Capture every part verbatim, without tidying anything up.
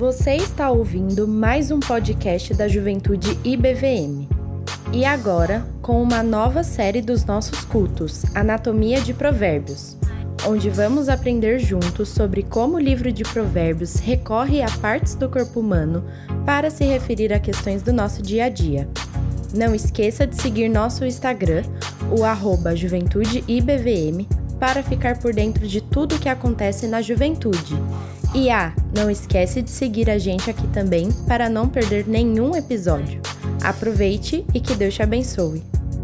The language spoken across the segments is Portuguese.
Você está ouvindo mais um podcast da Juventude I B V M. E agora, com uma nova série dos nossos cultos, Anatomia de Provérbios, onde vamos aprender juntos sobre como o livro de Provérbios recorre a partes do corpo humano para se referir a questões do nosso dia a dia. Não esqueça de seguir nosso Instagram, o arroba Juventude I B V M, para ficar por dentro de tudo o que acontece na juventude. E ah, não esquece de seguir a gente aqui também para não perder nenhum episódio. Aproveite e que Deus te abençoe.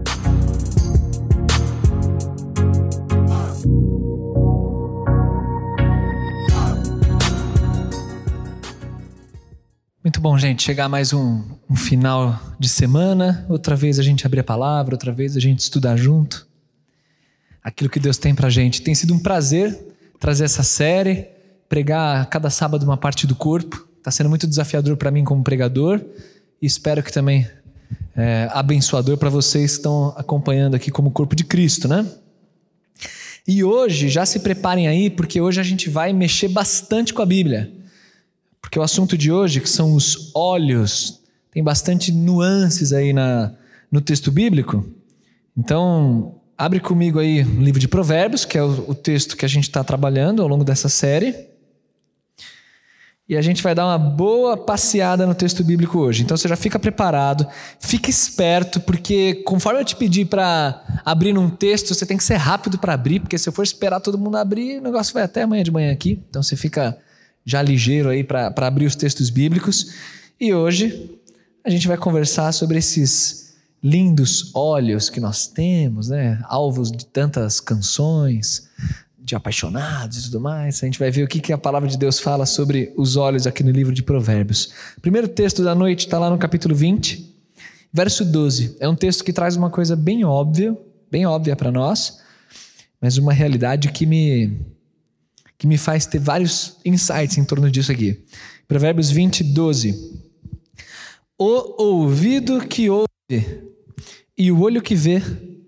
Muito bom, gente, chegar a mais um, um final de semana. Outra vez a gente abrir a palavra, outra vez a gente estudar junto aquilo que Deus tem pra gente. Tem sido um prazer trazer essa série, pregar cada sábado uma parte do corpo. Está sendo muito desafiador para mim como pregador e espero que também é, abençoador para vocês que estão acompanhando aqui como corpo de Cristo, né? E hoje, já se preparem aí, porque hoje a gente vai mexer bastante com a Bíblia. Porque o assunto de hoje, que são os olhos, tem bastante nuances aí na, no texto bíblico. Então, abre comigo aí o livro de Provérbios, que é o, o texto que a gente está trabalhando ao longo dessa série. E a gente vai dar uma boa passeada no texto bíblico hoje. Então você já fica preparado, fica esperto, porque conforme eu te pedir para abrir num texto, você tem que ser rápido para abrir, porque se eu for esperar todo mundo abrir, o negócio vai até amanhã de manhã aqui. Então você fica já ligeiro aí para abrir os textos bíblicos. E hoje a gente vai conversar sobre esses lindos olhos que nós temos, né? Alvos de tantas canções, de apaixonados e tudo mais. A gente vai ver o que, que a palavra de Deus fala sobre os olhos aqui no livro de Provérbios. O primeiro texto da noite está lá no capítulo vinte, verso doze. É um texto que traz uma coisa bem óbvia, bem óbvia para nós, mas uma realidade que me, que me faz ter vários insights em torno disso aqui. Provérbios vinte, doze. O ouvido que ouve e o olho que vê,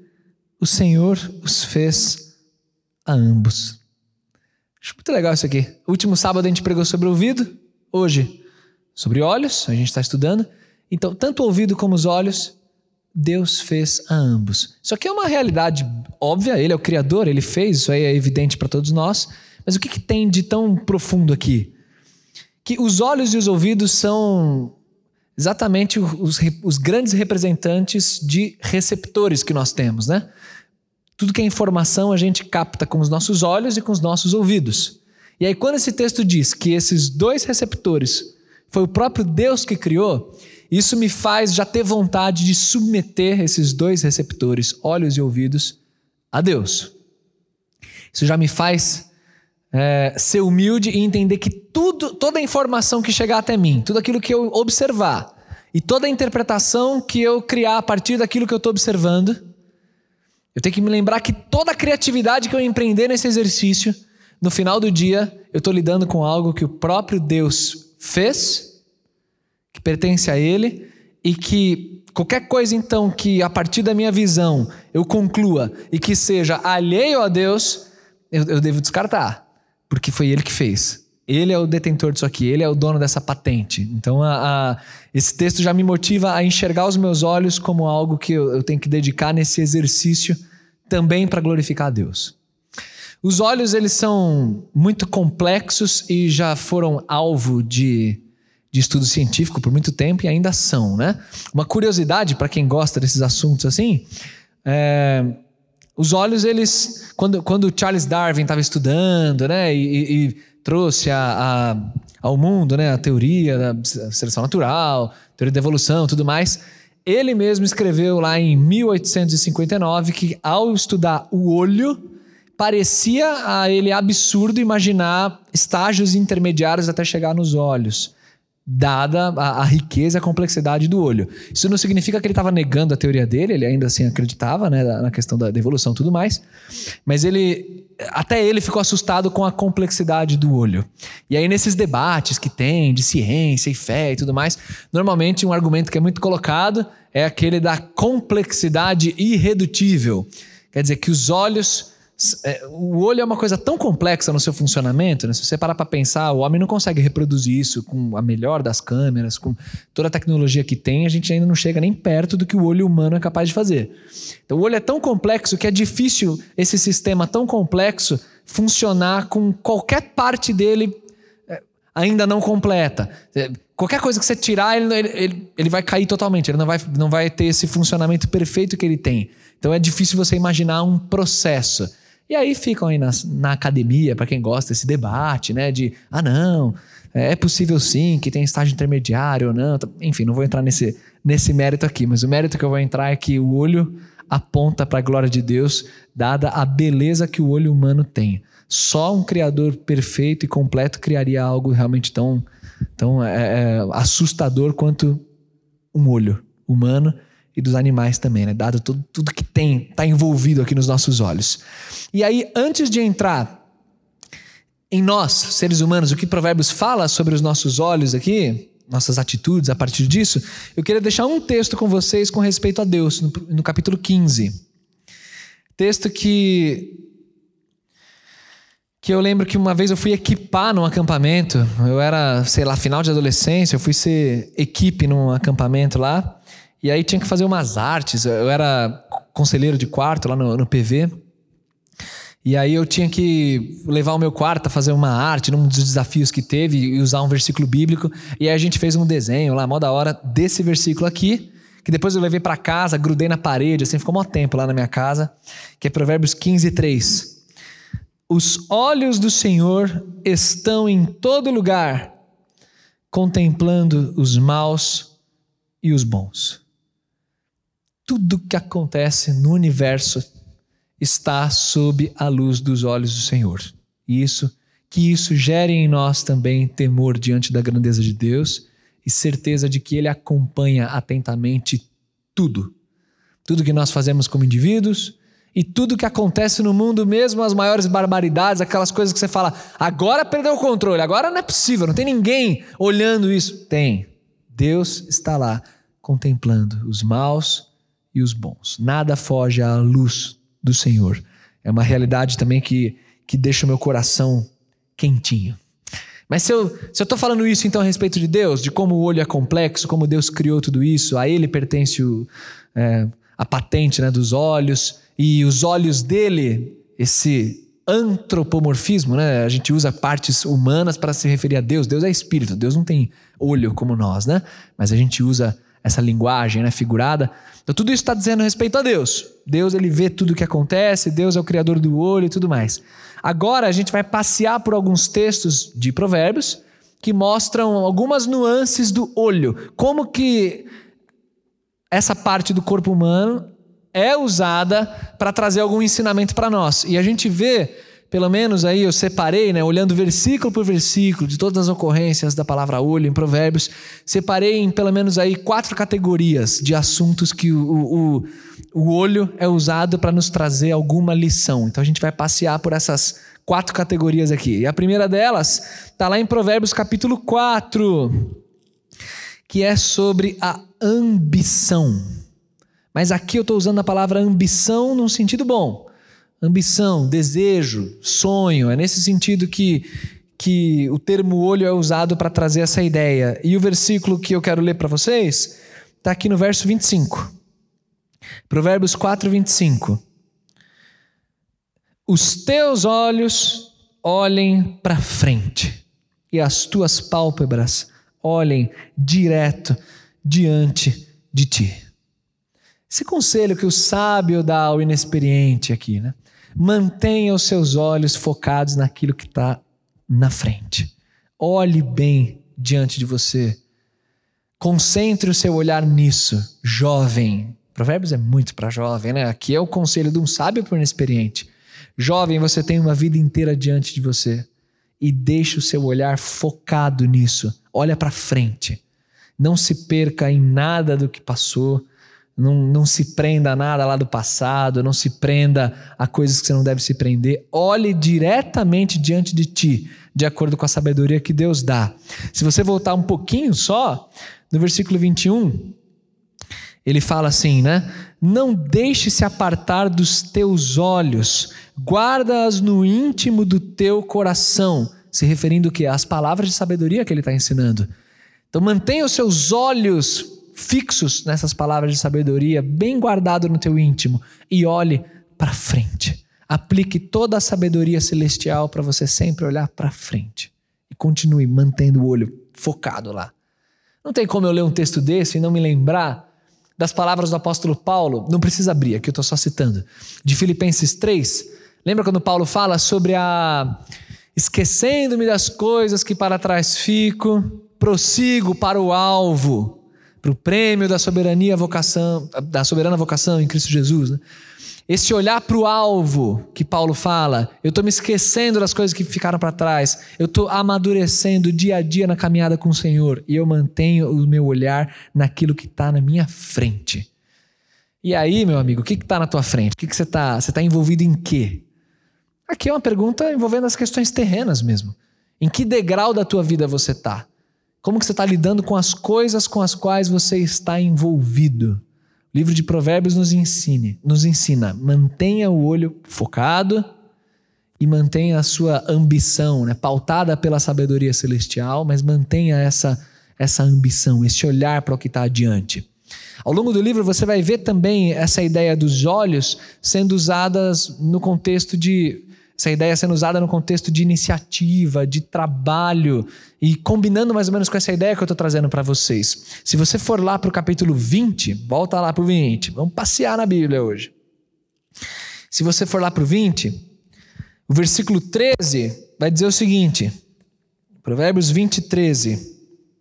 o Senhor os fez a ambos. Acho muito legal isso aqui. O último sábado a gente pregou sobre o ouvido, hoje sobre olhos, a gente está estudando. Então, tanto o ouvido como os olhos, Deus fez a ambos. Isso aqui é uma realidade óbvia, Ele é o Criador, Ele fez, isso aí é evidente para todos nós. Mas o que, que tem de tão profundo aqui? Que os olhos e os ouvidos são exatamente os, os grandes representantes de receptores que nós temos, né? Tudo que é informação a gente capta com os nossos olhos e com os nossos ouvidos. E aí quando esse texto diz que esses dois receptores foi o próprio Deus que criou, isso me faz já ter vontade de submeter esses dois receptores, olhos e ouvidos, a Deus. Isso já me faz é, ser humilde e entender que tudo, toda a informação que chegar até mim, tudo aquilo que eu observar e toda a interpretação que eu criar a partir daquilo que eu estou observando, eu tenho que me lembrar que toda a criatividade que eu empreender nesse exercício, no final do dia, eu estou lidando com algo que o próprio Deus fez, que pertence a Ele, e que qualquer coisa, então, que a partir da minha visão eu conclua e que seja alheio a Deus, eu, eu devo descartar, porque foi Ele que fez. Ele é o detentor disso aqui, Ele é o dono dessa patente. Então, a, a, esse texto já me motiva a enxergar os meus olhos como algo que eu, eu tenho que dedicar nesse exercício também para glorificar a Deus. Os olhos, eles são muito complexos e já foram alvo de, de estudo científico por muito tempo e ainda são, né? Uma curiosidade para quem gosta desses assuntos assim, é, os olhos, eles, quando, quando Charles Darwin estava estudando, né, e, e trouxe a, a, ao mundo, né, a teoria da seleção natural, teoria da evolução, tudo mais, ele mesmo escreveu lá em mil oitocentos e cinquenta e nove que ao estudar o olho, parecia a ele absurdo imaginar estágios intermediários até chegar nos olhos, dada a, a riqueza e a complexidade do olho. Isso não significa que ele estava negando a teoria dele, ele ainda assim acreditava, né, na questão da, da evolução e tudo mais, mas ele, até ele ficou assustado com a complexidade do olho. E aí nesses debates que tem de ciência e fé e tudo mais, normalmente um argumento que é muito colocado é aquele da complexidade irredutível. Quer dizer que os olhos O olho é uma coisa tão complexa no seu funcionamento, né? Se você parar para pensar, o homem não consegue reproduzir isso com a melhor das câmeras, com toda a tecnologia que tem, a gente ainda não chega nem perto do que o olho humano é capaz de fazer. Então o olho é tão complexo que é difícil esse sistema tão complexo funcionar com qualquer parte dele ainda não completa. Qualquer coisa que você tirar, ele, ele, ele vai cair totalmente, ele não vai, não vai ter esse funcionamento perfeito que ele tem. Então é difícil você imaginar um processo. E aí ficam aí na, na academia, para quem gosta desse debate, né? De, ah não, é possível sim que tem estágio intermediário ou não. Enfim, não vou entrar nesse, nesse mérito aqui, mas o mérito que eu vou entrar é que o olho aponta para a glória de Deus, dada a beleza que o olho humano tem. Só um criador perfeito e completo criaria algo realmente tão, tão é, é, assustador quanto um olho humano e dos animais também, né? Dado tudo, tudo que tem, está envolvido aqui nos nossos olhos. E aí, antes de entrar em nós, seres humanos, o que Provérbios fala sobre os nossos olhos aqui, nossas atitudes a partir disso, eu queria deixar um texto com vocês com respeito a Deus, no, no capítulo quinze. Texto que... que eu lembro que uma vez eu fui equipar num acampamento, eu era, sei lá, final de adolescência, eu fui ser equipe num acampamento lá, e aí tinha que fazer umas artes, eu era conselheiro de quarto lá no, no P V, e aí eu tinha que levar o meu quarto a fazer uma arte, num dos desafios que teve, e usar um versículo bíblico, e aí a gente fez um desenho lá, mó da hora, desse versículo aqui, que depois eu levei pra casa, grudei na parede, assim, ficou mó tempo lá na minha casa, que é Provérbios quinze, três. Os olhos do Senhor estão em todo lugar, contemplando os maus e os bons. Tudo que acontece no universo está sob a luz dos olhos do Senhor. E isso, que isso gere em nós também temor diante da grandeza de Deus e certeza de que Ele acompanha atentamente tudo. Tudo que nós fazemos como indivíduos, e tudo que acontece no mundo, mesmo as maiores barbaridades, aquelas coisas que você fala, agora perdeu o controle, agora não é possível, não tem ninguém olhando isso. Tem. Deus está lá contemplando os maus e os bons. Nada foge à luz do Senhor. É uma realidade também que, que deixa o meu coração quentinho. Mas se eu se eu estou falando isso então a respeito de Deus, de como o olho é complexo, como Deus criou tudo isso, a Ele pertence o, é, a patente, né, dos olhos, e os olhos dele, esse antropomorfismo, né? A gente usa partes humanas para se referir a Deus. Deus é espírito, Deus não tem olho como nós, né? Mas a gente usa essa linguagem, né, figurada. Então tudo isso está dizendo respeito a Deus. Deus, ele vê tudo o que acontece, Deus é o criador do olho e tudo mais. Agora a gente vai passear por alguns textos de Provérbios que mostram algumas nuances do olho. Como que essa parte do corpo humano é usada para trazer algum ensinamento para nós. E a gente vê, pelo menos aí eu separei, né, olhando versículo por versículo, de todas as ocorrências da palavra olho em Provérbios, separei em pelo menos aí quatro categorias de assuntos que o, o, o olho é usado para nos trazer alguma lição. Então a gente vai passear por essas quatro categorias aqui. E a primeira delas está lá em Provérbios capítulo quatro, que é sobre a ambição. Mas aqui eu estou usando a palavra ambição num sentido bom. Ambição, desejo, sonho. É nesse sentido que, que o termo olho é usado para trazer essa ideia. E o versículo que eu quero ler para vocês está aqui no verso vinte e cinco. Provérbios quatro, vinte e cinco. Os teus olhos olhem para frente e as tuas pálpebras olhem direto diante de ti. Esse conselho que o sábio dá ao inexperiente aqui, né? Mantenha os seus olhos focados naquilo que está na frente. Olhe bem diante de você. Concentre o seu olhar nisso, jovem. Provérbios é muito para jovem, né? Aqui é o conselho de um sábio para um inexperiente. Jovem, você tem uma vida inteira diante de você. E deixe o seu olhar focado nisso. Olha para frente. Não se perca em nada do que passou. Não, não se prenda a nada lá do passado, não se prenda a coisas que você não deve se prender. Olhe diretamente diante de ti, de acordo com a sabedoria que Deus dá. Se você voltar um pouquinho só, no versículo vinte e um, Ele fala assim, né? Não deixe se apartar dos teus olhos, guarda-as no íntimo do teu coração. Se referindo o quê? Às palavras de sabedoria que ele está ensinando. Então mantenha os seus olhos fixos nessas palavras de sabedoria, bem guardado no teu íntimo, e olhe para frente. Aplique toda a sabedoria celestial para você sempre olhar para frente. E continue mantendo o olho focado lá. Não tem como eu ler um texto desse e não me lembrar das palavras do apóstolo Paulo. Não precisa abrir, aqui eu estou só citando. De Filipenses três. Lembra quando Paulo fala sobre a... esquecendo-me das coisas que para trás fico, prossigo para o alvo, para o prêmio da soberania vocação, da soberana vocação em Cristo Jesus, né? Esse olhar para o alvo que Paulo fala, eu estou me esquecendo das coisas que ficaram para trás, eu estou amadurecendo dia a dia na caminhada com o Senhor, e eu mantenho o meu olhar naquilo que está na minha frente. E aí, meu amigo, o que está na tua frente? O que, que você está? Você está envolvido em quê? Aqui é uma pergunta envolvendo as questões terrenas mesmo. Em que degrau da tua vida você está? Como que você está lidando com as coisas com as quais você está envolvido? O livro de Provérbios nos ensina, nos ensina, mantenha o olho focado e mantenha a sua ambição, né, pautada pela sabedoria celestial, mas mantenha essa, essa ambição, esse olhar para o que está adiante. Ao longo do livro você vai ver também essa ideia dos olhos sendo usadas no contexto de... Essa ideia sendo usada no contexto de iniciativa, de trabalho, e combinando mais ou menos com essa ideia que eu estou trazendo para vocês. Se você for lá para o capítulo vinte, volta lá para o vinte, vamos passear na Bíblia hoje. Se você for lá para o vinte, o versículo treze vai dizer o seguinte, Provérbios vinte, treze.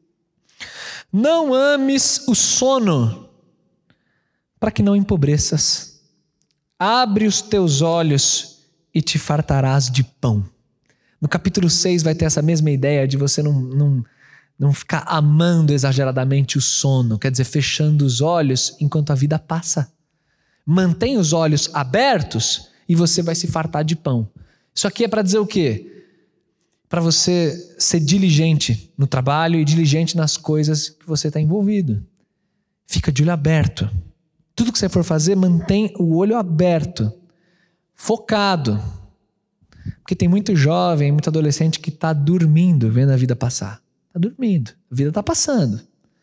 Não ames o sono, para que não empobreças. Abre os teus olhos e te fartarás de pão. No capítulo seis vai ter essa mesma ideia de você não, não, não ficar amando exageradamente o sono, quer dizer, fechando os olhos enquanto a vida passa. Mantenha os olhos abertos e você vai se fartar de pão. Isso aqui é para dizer o quê? Para você ser diligente no trabalho e diligente nas coisas que você está envolvido. Fica de olho aberto. Tudo que você for fazer, mantém o olho aberto. Focado, porque tem muito jovem, muito adolescente que está dormindo vendo a vida passar. Está dormindo, a vida está passando.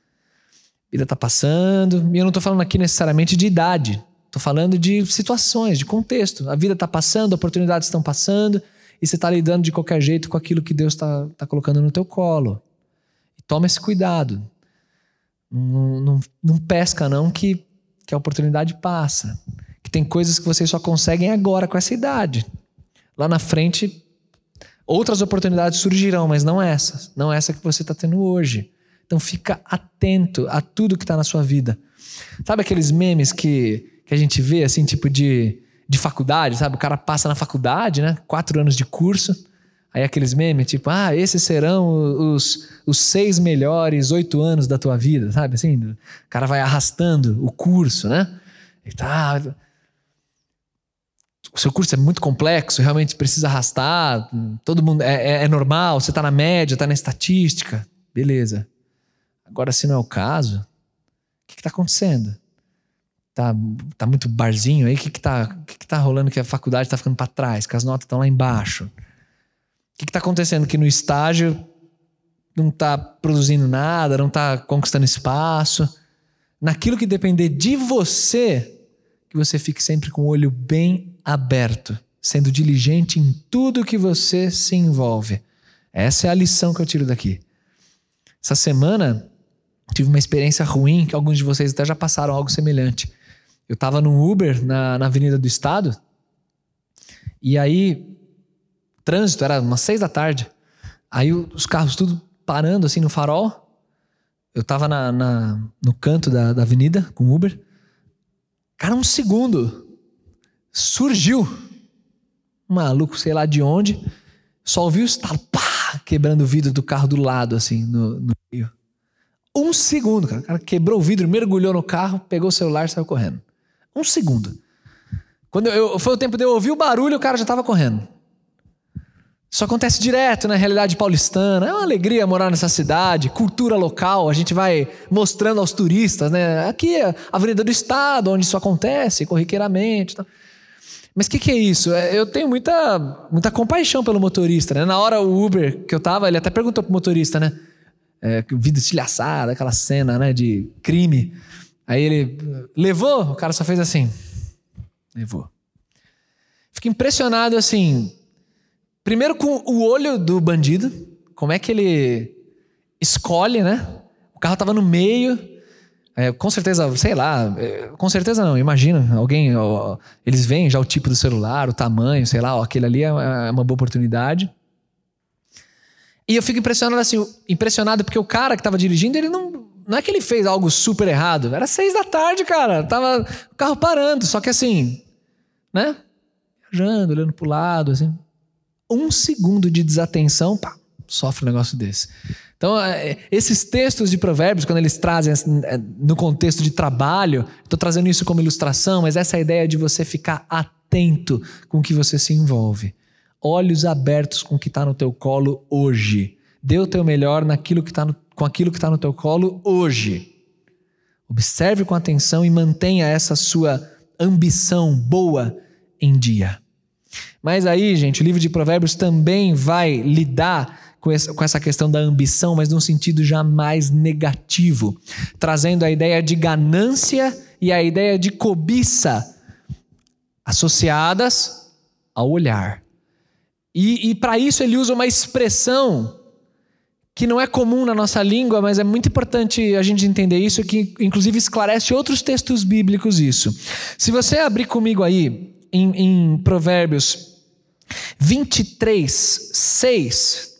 A vida está passando, e eu não estou falando aqui necessariamente de idade, estou falando de situações, de contexto. A vida está passando, oportunidades estão passando, e você está lidando de qualquer jeito com aquilo que Deus está tá colocando no teu colo. E toma esse cuidado. Não, não, não pesca não que, que a oportunidade passa. Que tem coisas que vocês só conseguem agora com essa idade. Lá na frente, outras oportunidades surgirão, mas não essas. Não essa que você está tendo hoje. Então fica atento a tudo que está na sua vida. Sabe aqueles memes que, que a gente vê, assim, tipo de, de faculdade, sabe? O cara passa na faculdade, né? Quatro anos de curso. Aí aqueles memes, tipo, ah, esses serão os, os seis melhores oito anos da tua vida, sabe? Assim, o cara vai arrastando o curso, né? E tá... O seu curso é muito complexo, realmente precisa arrastar, todo mundo é, é, é normal, você está na média, está na estatística, beleza. Agora, se não é o caso, o que está acontecendo? Tá, tá muito barzinho aí? O que está que que tá rolando que a faculdade está ficando para trás, que as notas estão lá embaixo? O que está acontecendo que no estágio não está produzindo nada, não está conquistando espaço? Naquilo que depender de você, que você fique sempre com o olho bem aberto, sendo diligente em tudo que você se envolve. Essa é a lição que eu tiro daqui. Essa semana tive uma experiência ruim, que alguns de vocês até já passaram algo semelhante. Eu estava num Uber na, na Avenida do Estado, e aí, trânsito, era umas seis da tarde, aí os carros tudo parando assim no farol. Eu estava na, na, no canto da, da avenida com o Uber. Cara, um segundo... surgiu um maluco, sei lá de onde, só ouviu o estalo, pá, quebrando o vidro do carro do lado, assim, no, no meio. Um segundo, cara. O cara quebrou o vidro, mergulhou no carro, pegou o celular e saiu correndo. Um segundo. Quando eu, foi o tempo de eu ouvir o barulho, o cara já estava correndo. Isso acontece direto na realidade paulistana. É uma alegria morar nessa cidade, cultura local. A gente vai mostrando aos turistas, né? Aqui é a Avenida do Estado, onde isso acontece corriqueiramente. Tá? Mas o que, que é isso? Eu tenho muita, muita compaixão pelo motorista, né? Na hora o Uber que eu tava, ele até perguntou pro motorista, né? É, vida estilhaçada, aquela cena, né, de crime. Aí ele levou, o cara só fez assim. Levou. Fico impressionado assim. Primeiro com o olho do bandido. Como é que ele escolhe, né? O carro tava no meio. É, com certeza, sei lá. É, com certeza não, imagina. Alguém, ó, eles veem já o tipo do celular, o tamanho, sei lá. Ó, aquele ali é uma boa oportunidade. E eu fico impressionado assim, impressionado porque o cara que tava dirigindo, ele não... Não é que ele fez algo super errado. Era seis da tarde, cara. Tava o carro parando. Só que assim, né? Viajando, olhando pro lado, assim. Um segundo de desatenção, pá, sofre um negócio desse. Então, esses textos de provérbios, quando eles trazem no contexto de trabalho, estou trazendo isso como ilustração, mas essa ideia de você ficar atento com o que você se envolve. Olhos abertos com o que está no teu colo hoje. Dê o teu melhor naquilo que tá no, com aquilo que está no teu colo hoje. Observe com atenção e mantenha essa sua ambição boa em dia. Mas aí, gente, o livro de Provérbios também vai lidar com essa, com essa questão da ambição, mas num sentido já mais negativo, trazendo a ideia de ganância e a ideia de cobiça associadas ao olhar. E, e para isso ele usa uma expressão que não é comum na nossa língua, mas é muito importante a gente entender isso, que inclusive esclarece outros textos bíblicos isso. Se você abrir comigo aí em, em Provérbios vinte e três, seis,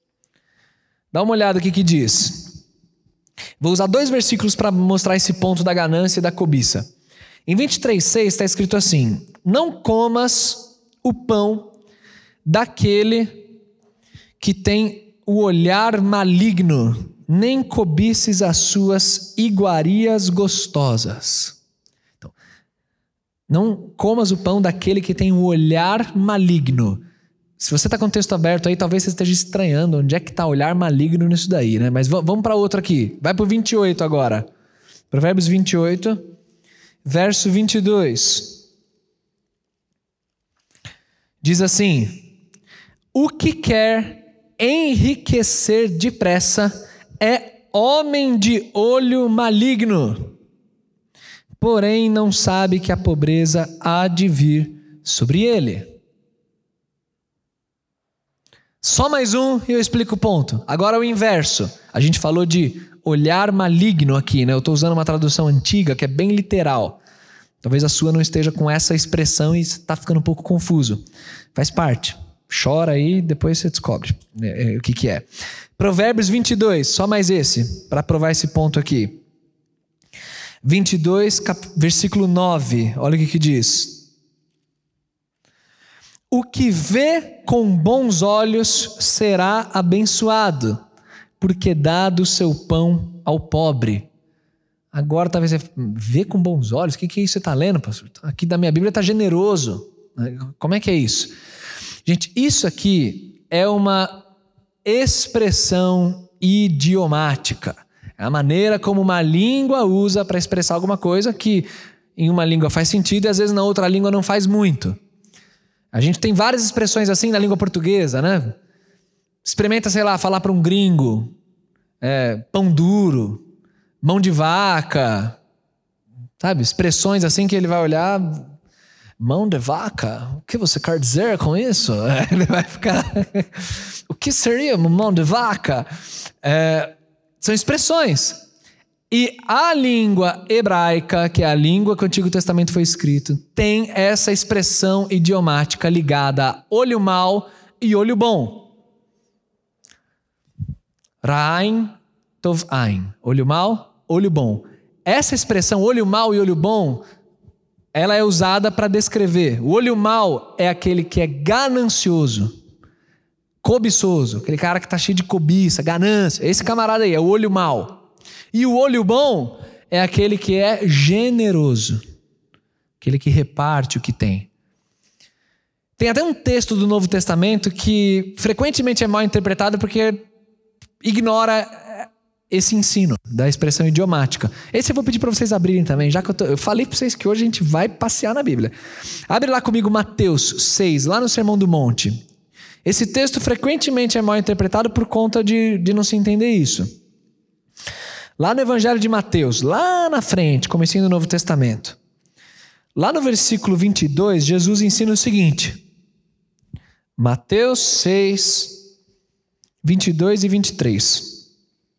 dá uma olhada aqui que diz. Vou usar dois versículos para mostrar esse ponto da ganância e da cobiça. Em vinte e três, seis está escrito assim: não comas o pão daquele que tem o olhar maligno, nem cobices as suas iguarias gostosas. Então, não comas o pão daquele que tem o olhar maligno. Se você está com o texto aberto aí, talvez você esteja estranhando onde é que está o olhar maligno nisso daí, né? Mas v- vamos para outro aqui. Vai para o vinte e oito agora. Provérbios vinte e oito, verso vinte e dois. Diz assim: o que quer enriquecer depressa é homem de olho maligno, porém não sabe que a pobreza há de vir sobre ele. Só mais um e eu explico o ponto. Agora o inverso. A gente falou de olhar maligno aqui, né? Eu estou usando uma tradução antiga que é bem literal. Talvez a sua não esteja com essa expressão e está ficando um pouco confuso. Faz parte. Chora aí, depois você descobre é, é, o que, que é. Provérbios vinte e dois, só mais esse, para provar esse ponto aqui. vinte e dois, cap... versículo nove, olha o que, que diz. O que vê com bons olhos será abençoado, porque dá do seu pão ao pobre. Agora talvez você vê com bons olhos, o que, que é isso que você está lendo, pastor? Aqui da minha Bíblia está generoso. Como é que é isso? Gente, isso aqui é uma expressão idiomática. É a maneira como uma língua usa para expressar alguma coisa que em uma língua faz sentido e às vezes na outra língua não faz muito. A gente tem várias expressões assim na língua portuguesa, né? Experimenta, sei lá, falar para um gringo, é, pão duro, mão de vaca, sabe? Expressões assim que ele vai olhar... Mão de vaca? O que você quer dizer com isso? Ele vai ficar... O que seria uma mão de vaca? É, são expressões. E a língua hebraica, que é a língua que o Antigo Testamento foi escrito, tem essa expressão idiomática ligada a olho mau e olho bom. Ra'ain tov ain. Olho mau, olho bom. Essa expressão olho mau e olho bom... ela é usada para descrever. O olho mau é aquele que é ganancioso, cobiçoso, aquele cara que está cheio de cobiça, ganância. Esse camarada aí é o olho mau. E o olho bom é aquele que é generoso, aquele que reparte o que tem. Tem até um texto do Novo Testamento que frequentemente é mal interpretado porque ignora esse ensino da expressão idiomática. Esse eu vou pedir para vocês abrirem também, já que eu, tô, eu falei para vocês que hoje a gente vai passear na Bíblia. Abre lá comigo Mateus seis, lá no Sermão do Monte. Esse texto frequentemente é mal interpretado por conta de, de não se entender isso. Lá no Evangelho de Mateus, lá na frente, comecinho do Novo Testamento. Lá no versículo vinte e dois, Jesus ensina o seguinte. Mateus seis, vinte e dois e vinte e três.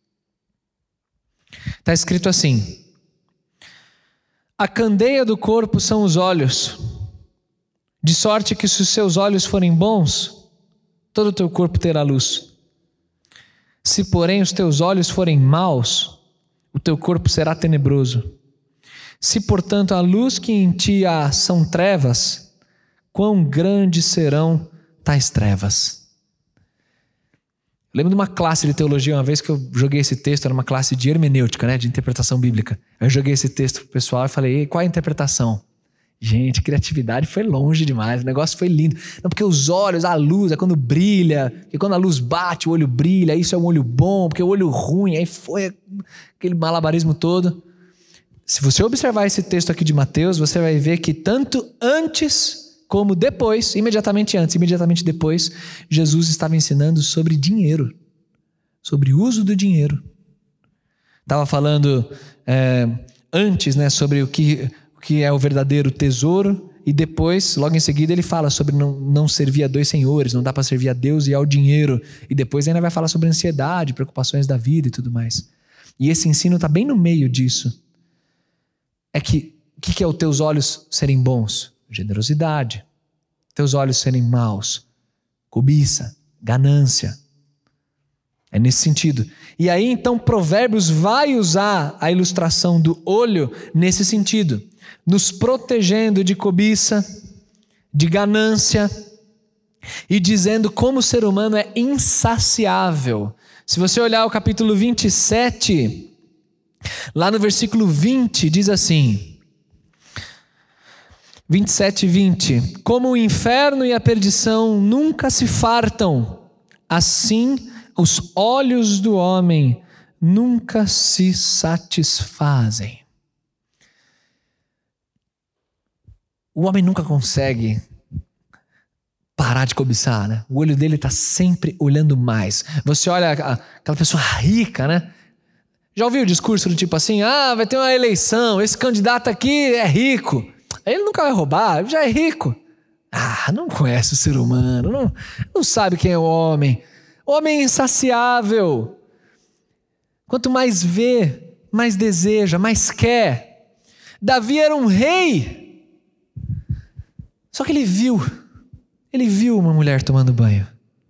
Está escrito assim: a candeia do corpo são os olhos, de sorte que se os seus olhos forem bons, todo o teu corpo terá luz. Se porém os teus olhos forem maus, o teu corpo será tenebroso. Se portanto a luz que em ti há são trevas, quão grandes serão tais trevas. Eu lembro de uma classe de teologia uma vez que eu joguei esse texto, era uma classe de hermenêutica, né, de interpretação bíblica. Eu joguei esse texto pro pessoal e falei, qual é a interpretação? Gente, a criatividade foi longe demais, o negócio foi lindo. Não, porque os olhos, a luz, é quando brilha, porque quando a luz bate, o olho brilha, isso é um olho bom, porque o olho ruim, aí foi aquele malabarismo todo. Se você observar esse texto aqui de Mateus, você vai ver que tanto antes como depois, imediatamente antes, imediatamente depois, Jesus estava ensinando sobre dinheiro, sobre o uso do dinheiro. Estava falando é, antes, né, sobre o que... que é o verdadeiro tesouro, e depois, logo em seguida, ele fala sobre não, não servir a dois senhores, não dá para servir a Deus e ao dinheiro, e depois ainda vai falar sobre ansiedade, preocupações da vida e tudo mais. E esse ensino está bem no meio disso. É que, o que, que é os teus olhos serem bons? Generosidade. Teus olhos serem maus? Cobiça, ganância. É nesse sentido. E aí, então, Provérbios vai usar a ilustração do olho nesse sentido, nos protegendo de cobiça, de ganância, e dizendo como o ser humano é insaciável. Se você olhar o capítulo vinte e sete, lá no versículo vinte, diz assim, vinte e sete, vinte, como o inferno e a perdição nunca se fartam, assim os olhos do homem nunca se satisfazem. O homem nunca consegue parar de cobiçar, né? O olho dele está sempre olhando mais. Você olha aquela pessoa rica, né? Já ouviu o discurso do tipo assim, ah, vai ter uma eleição, esse candidato aqui é rico. Ele nunca vai roubar, já é rico. Ah, não conhece o ser humano, não, não sabe quem é o homem. O homem é insaciável. Quanto mais vê, mais deseja, mais quer. Davi era um rei. Só que ele viu, ele viu uma mulher tomando banho.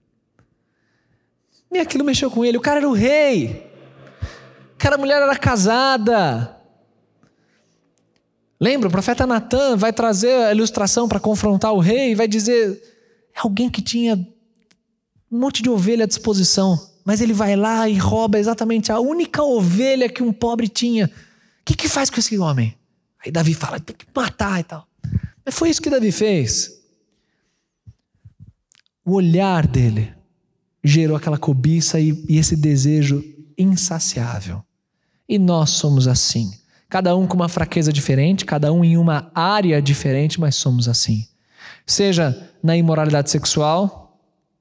E aquilo mexeu com ele. O cara era o rei. Aquela mulher era casada. Lembra? O profeta Natan vai trazer a ilustração para confrontar o rei e vai dizer, é alguém que tinha um monte de ovelha à disposição, mas ele vai lá e rouba exatamente a única ovelha que um pobre tinha. O que que faz com esse homem? Aí Davi fala, tem que matar e tal. Mas foi isso que Davi fez. O olhar dele gerou aquela cobiça e, e esse desejo insaciável. E nós somos assim. Cada um com uma fraqueza diferente, cada um em uma área diferente, mas somos assim. Seja na imoralidade sexual,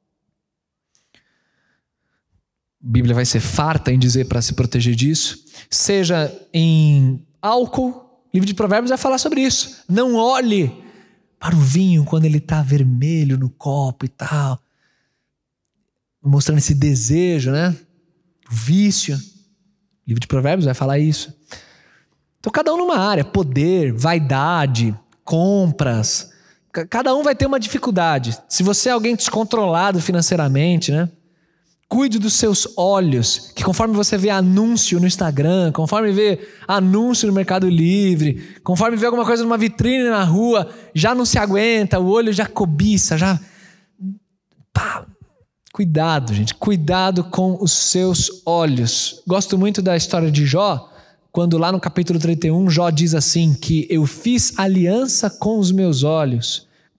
a Bíblia vai ser farta em dizer para se proteger disso. Seja em álcool, o livro de Provérbios vai falar sobre isso. Não olhe para o vinho quando ele está vermelho no copo e tal. Mostrando esse desejo, né? O vício. O livro de Provérbios vai falar isso. Então cada um numa área. Poder, vaidade, compras. Cada um vai ter uma dificuldade. Se você é alguém descontrolado financeiramente, né? Cuide dos seus olhos, que conforme você vê anúncio no Instagram, conforme vê anúncio no Mercado Livre, conforme vê alguma coisa numa vitrine na rua, já não se aguenta, o olho já cobiça, já... Pá. Cuidado, gente, cuidado com os seus olhos. Gosto muito da história de Jó, quando lá no capítulo trinta e um, Jó diz assim, que eu fiz aliança com os meus olhos,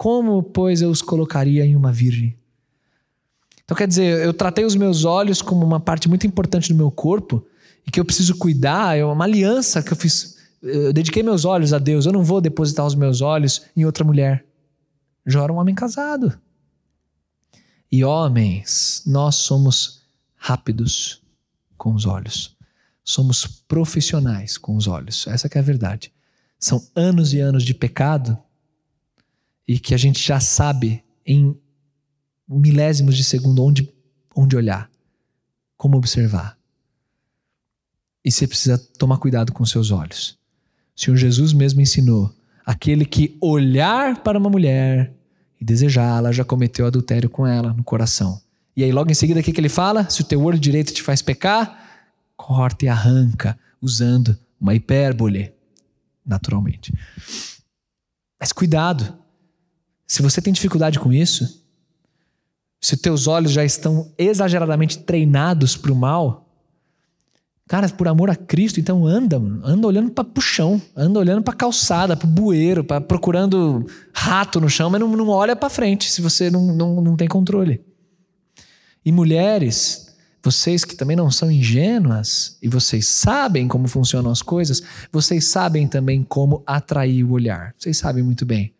Como, pois, eu os colocaria em uma virgem? Então, quer dizer, eu tratei os meus olhos como uma parte muito importante do meu corpo e que eu preciso cuidar, é uma aliança que eu fiz. Eu dediquei meus olhos a Deus, eu não vou depositar os meus olhos em outra mulher. Jó era um homem casado. E homens, nós somos rápidos com os olhos. Somos profissionais com os olhos. Essa que é a verdade. São anos e anos de pecado e que a gente já sabe em milésimos de segundo onde, onde olhar, como observar. E você precisa tomar cuidado com seus olhos. O Senhor Jesus mesmo ensinou: aquele que olhar para uma mulher e desejá-la já cometeu adultério com ela no coração. E aí logo em seguida o que, que ele fala? Se o teu olho direito te faz pecar, corta e arranca, usando uma hipérbole, naturalmente. Mas cuidado, se você tem dificuldade com isso, se os teus olhos já estão exageradamente treinados para o mal, cara, por amor a Cristo, então anda, anda olhando para o chão, anda olhando para a calçada, para o bueiro, pra, procurando rato no chão, mas não, não olha para frente se você não, não, não tem controle. E mulheres, vocês que também não são ingênuas e vocês sabem como funcionam as coisas, vocês sabem também como atrair o olhar. Vocês sabem muito bem.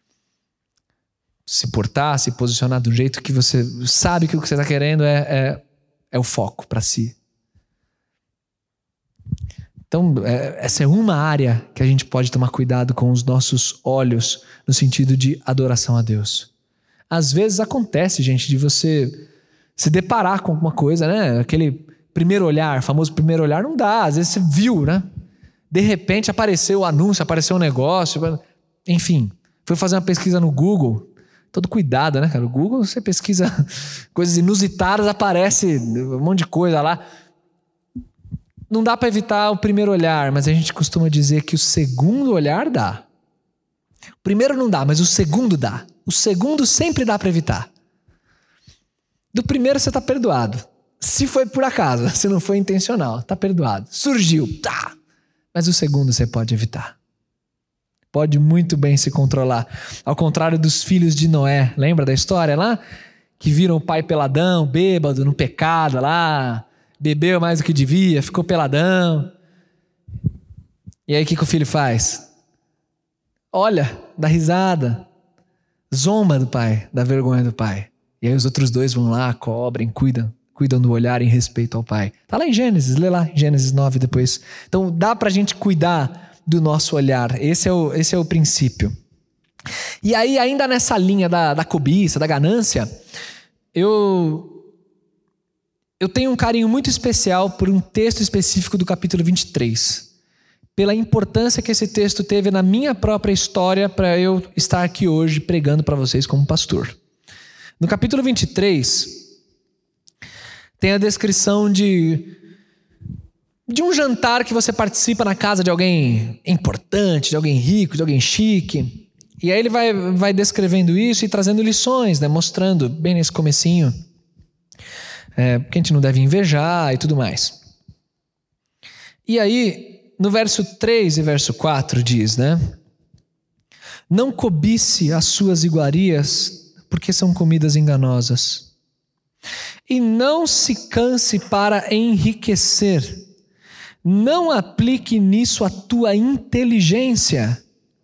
Se portar, se posicionar do jeito que você sabe que o que você está querendo é, é, é o foco para si. Então, é, essa é uma área que a gente pode tomar cuidado com os nossos olhos no sentido de adoração a Deus. Às vezes acontece, gente, de você se deparar com alguma coisa, né? Aquele primeiro olhar, famoso primeiro olhar, não dá. Às vezes você viu, né? De repente apareceu o anúncio, apareceu um negócio, enfim, foi fazer uma pesquisa no Google. Todo cuidado, né, cara? O Google, você pesquisa coisas inusitadas, aparece um monte de coisa lá. Não dá para evitar o primeiro olhar, mas a gente costuma dizer que o segundo olhar dá. O primeiro não dá, mas o segundo dá. O segundo sempre dá para evitar. Do primeiro você está perdoado. Se foi por acaso, se não foi intencional, está perdoado. Surgiu, tá. Mas o segundo você pode evitar. Pode muito bem se controlar. Ao contrário dos filhos de Noé. Lembra da história lá? Que viram o pai peladão, bêbado, no pecado lá. Bebeu mais do que devia, ficou peladão. E aí o que, que o filho faz? Olha, dá risada. Zomba do pai, dá vergonha do pai. E aí os outros dois vão lá, cobrem, cuidam. Cuidam do olhar em respeito ao pai. Tá lá em Gênesis, lê lá, Gênesis nove depois. Então dá pra gente cuidar do nosso olhar. Esse é o, esse é o princípio. E aí, ainda nessa linha da, da cobiça, da ganância, eu, eu tenho um carinho muito especial por um texto específico do capítulo vinte e três. Pela importância que esse texto teve na minha própria história para eu estar aqui hoje pregando para vocês como pastor. No capítulo vinte e três, tem a descrição de... de um jantar que você participa na casa de alguém importante, de alguém rico, de alguém chique. E aí ele vai, vai descrevendo isso e trazendo lições, né? Mostrando bem nesse comecinho é, que a gente não deve invejar e tudo mais. E aí, no verso três e verso quatro diz, né? Não cobice as suas iguarias, porque são comidas enganosas. E não se canse para enriquecer. Não aplique nisso a tua inteligência.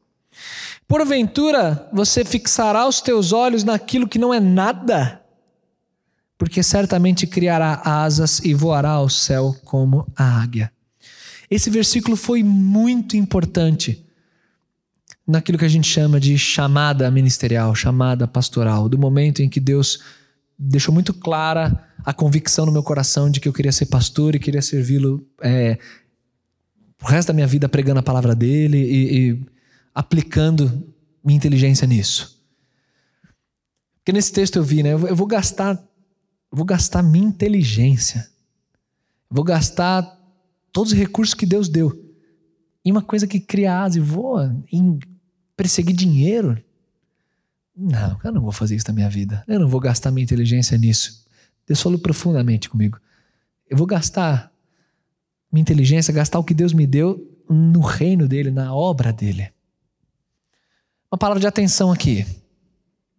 Porventura, você fixará os teus olhos naquilo que não é nada, porque certamente criará asas e voará ao céu como a águia. Esse versículo foi muito importante naquilo que a gente chama de chamada ministerial, chamada pastoral, do momento em que Deus deixou muito clara a convicção no meu coração de que eu queria ser pastor e queria servi-lo é, o resto da minha vida pregando a palavra dele e, e aplicando minha inteligência nisso. Porque nesse texto eu vi, né? Eu vou gastar, eu vou gastar minha inteligência. Eu vou gastar todos os recursos que Deus deu em uma coisa que cria asa e voa, em perseguir dinheiro. Não, eu não vou fazer isso na minha vida. Eu não vou gastar minha inteligência nisso. Deus falou profundamente comigo. Eu vou gastar minha inteligência, gastar o que Deus me deu no reino dele, na obra dele. Uma palavra de atenção aqui.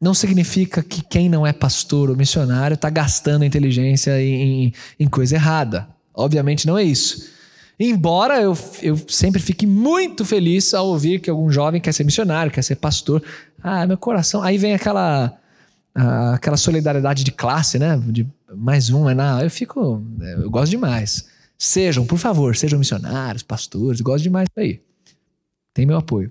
não significa que quem não é pastor ou missionário está gastando inteligência em, em coisa errada. Obviamente não é isso. Embora eu, eu sempre fique muito feliz ao ouvir que algum jovem quer ser missionário, quer ser pastor. Ah, meu coração... Aí vem aquela, aquela solidariedade de classe, né? De mais um, é não. Eu fico... Eu gosto demais. Sejam, por favor, sejam missionários, pastores. Eu gosto demais disso aí. Tem meu apoio.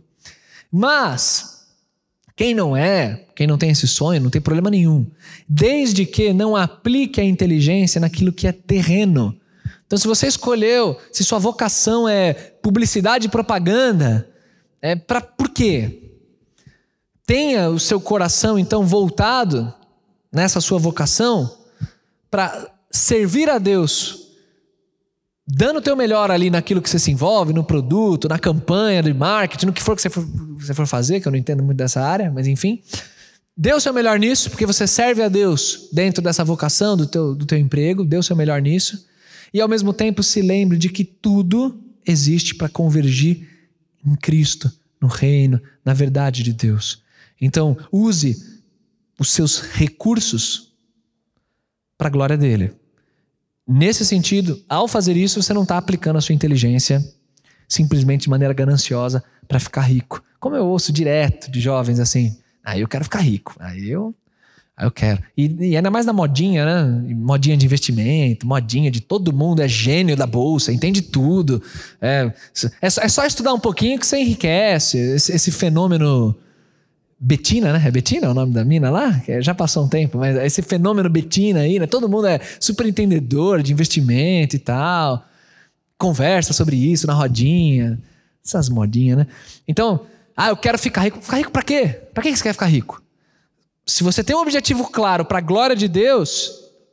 Mas, quem não é, quem não tem esse sonho, não tem problema nenhum. Desde que não aplique a inteligência naquilo que é terreno. Então, se você escolheu, se sua vocação é publicidade e propaganda, é pra, por quê? Tenha o seu coração, então, voltado nessa sua vocação para servir a Deus, dando o teu melhor ali naquilo que você se envolve, no produto, na campanha de marketing, no que for que você for, você for fazer, que eu não entendo muito dessa área, mas enfim. Dê o seu melhor nisso, porque você serve a Deus dentro dessa vocação do teu, do teu emprego, dê o seu melhor nisso. E ao mesmo tempo se lembre de que tudo existe para convergir em Cristo, no reino, na verdade de Deus. Então, use os seus recursos para a glória dele. Nesse sentido, ao fazer isso, você não está aplicando a sua inteligência simplesmente de maneira gananciosa para ficar rico. Como eu ouço direto de jovens assim, aí ah, eu quero ficar rico, aí eu... Aí eu quero. E, e ainda mais na modinha, né? Modinha de investimento, modinha de todo mundo é gênio da bolsa, entende tudo. É, é, só, é só estudar um pouquinho que você enriquece. Esse, esse fenômeno... Betina, né? É Betina o nome da mina lá? Que já passou um tempo, mas esse fenômeno Betina aí, né? Todo mundo é super entendedor de investimento e tal. Conversa sobre isso na rodinha. Essas modinhas, né? Então, ah, eu quero ficar rico. Ficar rico pra quê? Pra que você quer ficar rico? Se você tem um objetivo claro para a glória de Deus,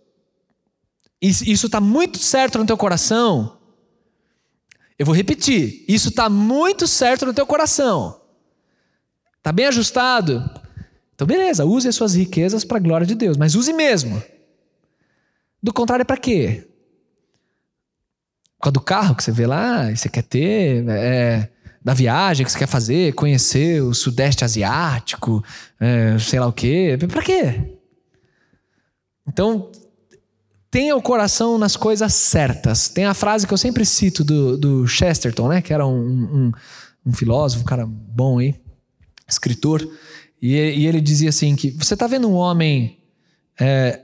isso está muito certo no teu coração. Eu vou repetir, isso está muito certo no teu coração. Está bem ajustado? Então beleza, use as suas riquezas para a glória de Deus, mas use mesmo. Do contrário, para quê? Por causa do carro que você vê lá, e você quer ter... É... da viagem que você quer fazer, conhecer o Sudeste Asiático, é, sei lá o quê. Pra quê? Então, tenha o coração nas coisas certas. Tem a frase que eu sempre cito do, do Chesterton, né? Que era um, um, um filósofo, um cara bom aí, escritor. E, e ele dizia assim que você tá vendo um homem é,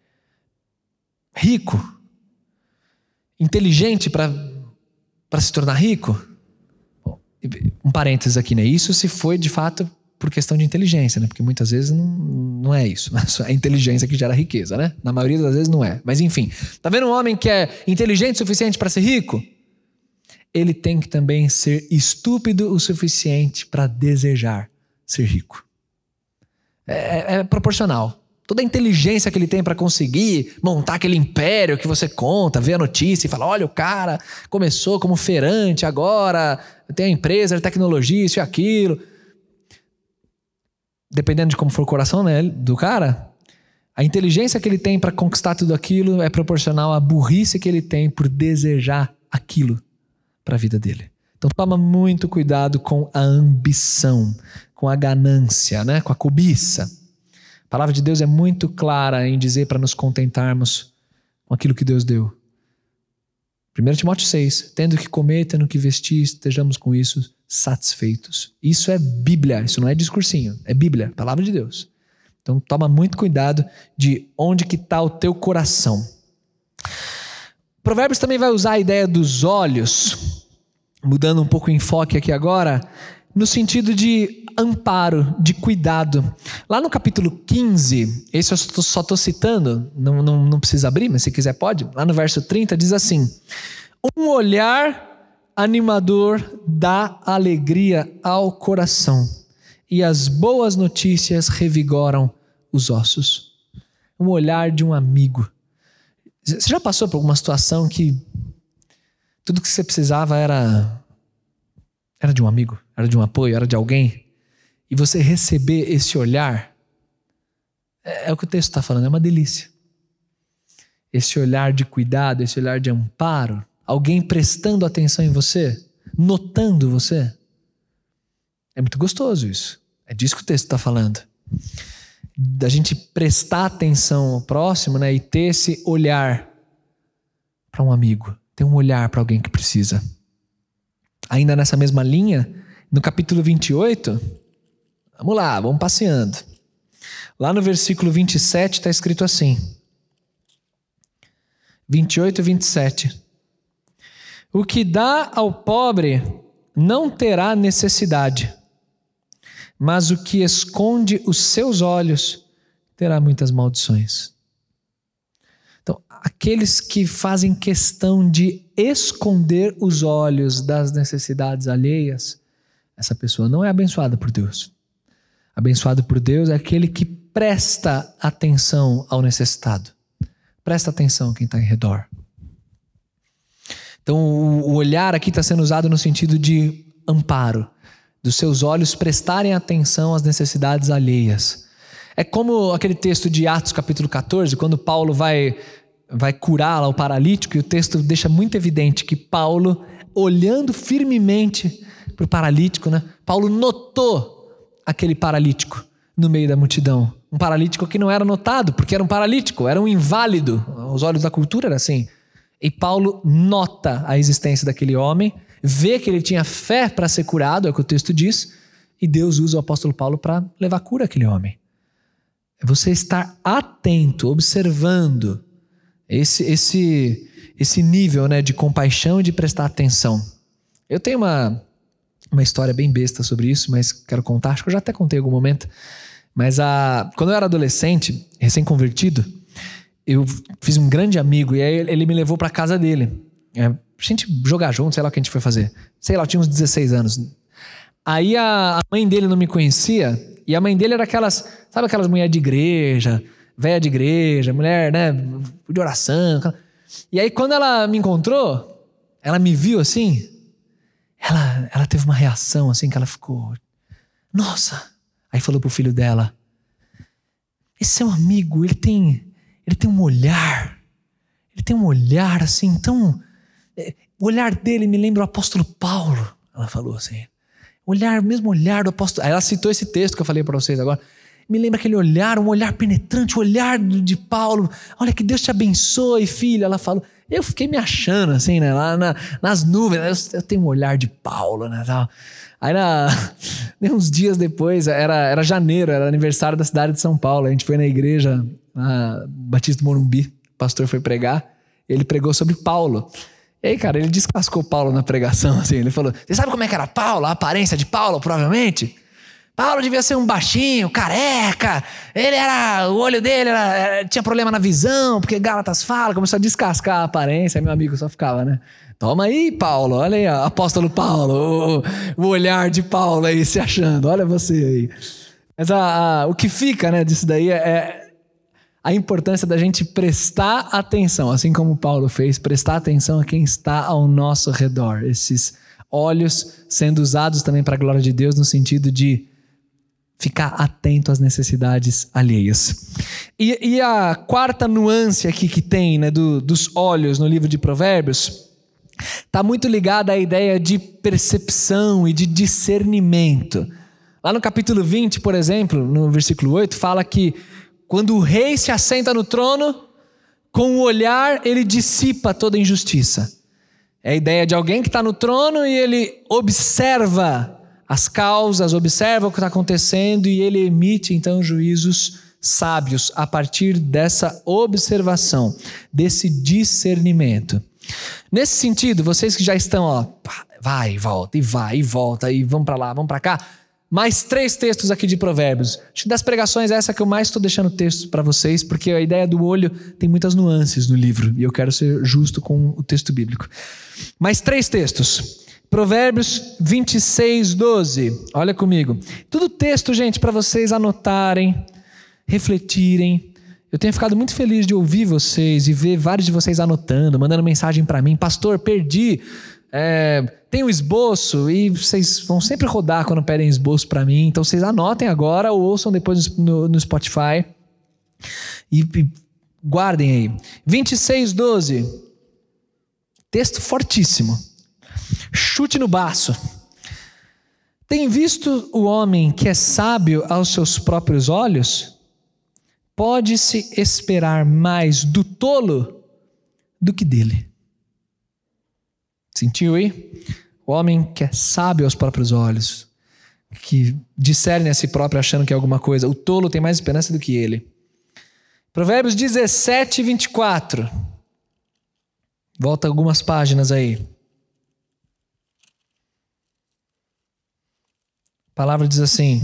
rico, inteligente para para se tornar rico? Um parênteses aqui, né? Isso se foi de fato por questão de inteligência, né? Porque muitas vezes não, não é isso. É a inteligência que gera riqueza, né? Na maioria das vezes não é. Mas enfim, tá vendo um homem que é inteligente o suficiente para ser rico? Ele tem que também ser estúpido o suficiente para desejar ser rico. É, é proporcional. Toda a inteligência que ele tem para conseguir montar aquele império que você conta, vê a notícia e fala, olha, o cara começou como feirante, agora tem a empresa de tecnologia, isso e aquilo. Dependendo de como for o coração, né, do cara, a inteligência que ele tem para conquistar tudo aquilo é proporcional à burrice que ele tem por desejar aquilo para a vida dele. Então toma muito cuidado com a ambição, com a ganância, né, com a cobiça. A palavra de Deus é muito clara em dizer para nos contentarmos com aquilo que Deus deu. primeiro Timóteo seis, tendo que comer, tendo que vestir, estejamos com isso satisfeitos. Isso é Bíblia, isso não é discursinho, é Bíblia, palavra de Deus. Então toma muito cuidado de onde que está o teu coração. Provérbios também vai usar a ideia dos olhos, mudando um pouco o enfoque aqui agora, no sentido de amparo, de cuidado. Lá no capítulo quinze, esse eu só estou citando, não, não, não precisa abrir, mas se quiser pode. Lá no verso trinta diz assim, um olhar animador dá alegria ao coração e as boas notícias revigoram os ossos. Um olhar de um amigo. Você já passou por alguma situação que tudo que você precisava era... Era de um amigo, era de um apoio, era de alguém. E você receber esse olhar, é, é o que o texto está falando, é uma delícia. Esse olhar de cuidado, esse olhar de amparo, alguém prestando atenção em você, notando você. É muito gostoso isso. É disso que o texto está falando. da gente prestar atenção ao próximo, né, e ter esse olhar para um amigo, ter um olhar para alguém que precisa. Ainda nessa mesma linha, no capítulo vinte e oito, vamos lá, vamos passeando. Lá no versículo vinte e sete está escrito assim, vinte e oito e vinte e sete. O que dá ao pobre não terá necessidade, mas o que esconde os seus olhos terá muitas maldições. Então, aqueles que fazem questão de esconder os olhos das necessidades alheias, essa pessoa não é abençoada por Deus. Abençoado por Deus é aquele que presta atenção ao necessitado. Presta atenção a quem está em redor. Então, o olhar aqui está sendo usado no sentido de amparo, dos seus olhos prestarem atenção às necessidades alheias. É como aquele texto de Atos capítulo catorze, quando Paulo vai, vai curar lá o paralítico, e o texto deixa muito evidente que Paulo, olhando firmemente para o paralítico, né? Paulo notou aquele paralítico no meio da multidão. Um paralítico que não era notado, porque era um paralítico, era um inválido. Aos olhos da cultura era assim. E Paulo nota a existência daquele homem, vê que ele tinha fé para ser curado, é o que o texto diz, e Deus usa o apóstolo Paulo para levar cura àquele homem. É você estar atento, observando esse, esse, esse nível, né, de compaixão e de prestar atenção. Eu tenho uma, uma história bem besta sobre isso, mas quero contar, acho que eu já até contei em algum momento. Mas a, quando eu era adolescente, recém-convertido, eu fiz um grande amigo, e aí ele me levou para casa dele. É, a gente jogar junto, sei lá o que a gente foi fazer. Sei lá, eu tinha uns dezesseis anos. Aí a, a mãe dele não me conhecia, e a mãe dele era aquelas, sabe aquelas mulheres de igreja, velha de igreja, mulher, né, de oração. E aí quando ela me encontrou, ela me viu assim, ela, ela teve uma reação assim, que ela ficou, nossa. Aí falou pro filho dela, esse seu amigo, ele tem, ele tem um olhar, ele tem um olhar assim, tão... O olhar dele me lembra o apóstolo Paulo. Ela falou assim, o olhar, mesmo olhar do apóstolo... Aí ela citou esse texto que eu falei para vocês agora. Me lembra aquele olhar, um olhar penetrante, o olhar de Paulo. Olha, que Deus te abençoe, filha. Ela falou. Eu fiquei me achando assim, né? Lá na, nas nuvens. Eu, eu tenho um olhar de Paulo, né? Tal. Aí, na, uns dias depois, era, era janeiro, era aniversário da cidade de São Paulo. A gente foi na igreja, na Batista do Morumbi. O pastor foi pregar. Ele pregou sobre Paulo. E aí, cara, ele descascou Paulo na pregação, assim. Ele falou, você sabe como é que era Paulo? A aparência de Paulo, provavelmente? Paulo devia ser um baixinho, careca. Ele era, o olho dele era, era, tinha problema na visão, porque Gálatas fala, começou a descascar a aparência. Aí meu amigo só ficava, né? Toma aí, Paulo, olha aí, ó, apóstolo Paulo, o, o olhar de Paulo aí se achando, olha você aí. Mas a, a, o que fica, né, disso daí é a importância da gente prestar atenção, assim como Paulo fez, prestar atenção a quem está ao nosso redor. Esses olhos sendo usados também para a glória de Deus, no sentido de ficar atento às necessidades alheias. E, e a quarta nuance aqui que tem, né, do, dos olhos no livro de Provérbios, está muito ligada à ideia de percepção e de discernimento. Lá no capítulo vinte, por exemplo, no versículo oito, fala que quando o rei se assenta no trono, com o olhar ele dissipa toda injustiça. É a ideia de alguém que está no trono e ele observa as causas, observa o que está acontecendo e ele emite então juízos sábios a partir dessa observação, desse discernimento. Nesse sentido, vocês que já estão, ó, vai e volta, e vai e volta, e vamos para lá, vamos para cá, mais três textos aqui de Provérbios. Acho que das pregações é essa que eu mais estou deixando textos para vocês, porque a ideia do olho tem muitas nuances no livro, e eu quero ser justo com o texto bíblico. Mais três textos. Provérbios vinte e seis, doze. Olha comigo. Tudo texto, gente, para vocês anotarem, refletirem. Eu tenho ficado muito feliz de ouvir vocês e ver vários de vocês anotando, mandando mensagem para mim. Pastor, perdi. É, tem um esboço e vocês vão sempre rodar quando pedem esboço para mim. Então vocês anotem agora ou ouçam depois no, no Spotify. E, e guardem aí. vinte e seis, doze. Texto fortíssimo. Chute no baço. Tem visto o homem que é sábio aos seus próprios olhos? pode-se esperar mais do tolo do que dele. Sentiu aí? O homem que é sábio aos próprios olhos, que discerne a si próprio achando que é alguma coisa, o tolo tem mais esperança do que ele. Provérbios dezessete, vinte e quatro. Volta algumas páginas aí. A palavra diz assim: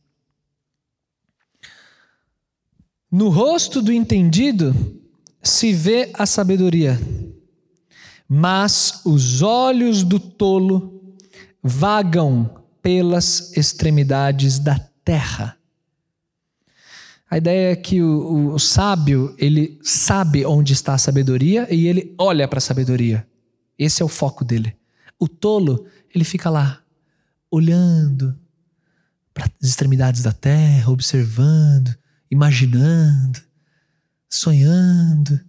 no rosto do entendido se vê a sabedoria, mas os olhos do tolo vagam pelas extremidades da terra. A ideia é que o, o sábio, ele sabe onde está a sabedoria e ele olha para a sabedoria. Esse é o foco dele. O tolo, ele fica lá, olhando para as extremidades da terra, observando, imaginando, sonhando